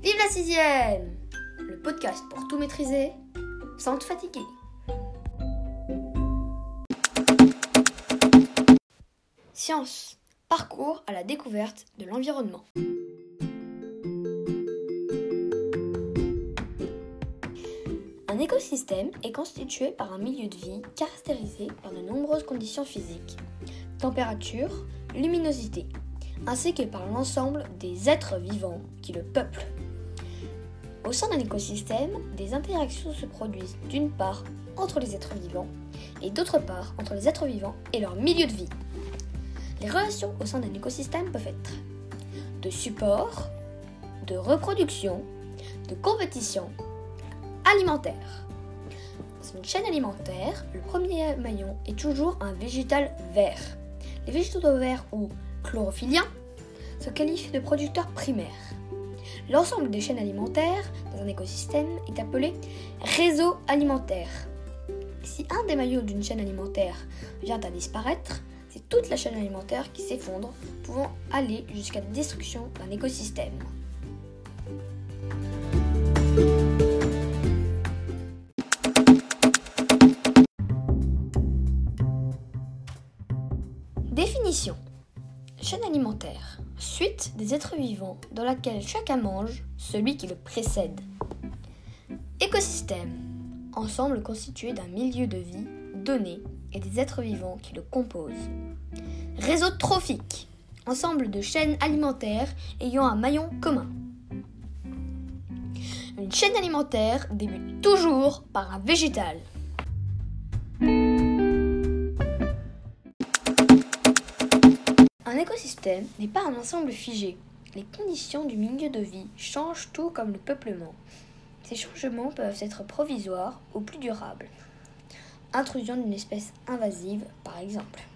Vive la 6e! Le podcast pour tout maîtriser sans te fatiguer. Science, parcours à la découverte de l'environnement. Un écosystème est constitué par un milieu de vie caractérisé par de nombreuses conditions physiques, température, luminosité, ainsi que par l'ensemble des êtres vivants qui le peuplent. Au sein d'un écosystème, des interactions se produisent d'une part entre les êtres vivants et d'autre part entre les êtres vivants et leur milieu de vie. Les relations au sein d'un écosystème peuvent être de support, de reproduction, de compétition, alimentaire. Dans une chaîne alimentaire, le premier maillon est toujours un végétal vert. Les végétaux verts ou chlorophylliens se qualifient de producteurs primaires. L'ensemble des chaînes alimentaires dans un écosystème est appelé réseau alimentaire. Si un des maillons d'une chaîne alimentaire vient à disparaître, c'est toute la chaîne alimentaire qui s'effondre, pouvant aller jusqu'à la destruction d'un écosystème. Définition. Chaîne alimentaire. Suite des êtres vivants dans laquelle chacun mange celui qui le précède. Écosystème. Ensemble constitué d'un milieu de vie donné et des êtres vivants qui le composent. Réseau trophique. Ensemble de chaînes alimentaires ayant un maillon commun. Une chaîne alimentaire débute toujours par un végétal. Un écosystème n'est pas un ensemble figé. Les conditions du milieu de vie changent tout comme le peuplement. Ces changements peuvent être provisoires ou plus durables. Intrusion d'une espèce invasive, par exemple.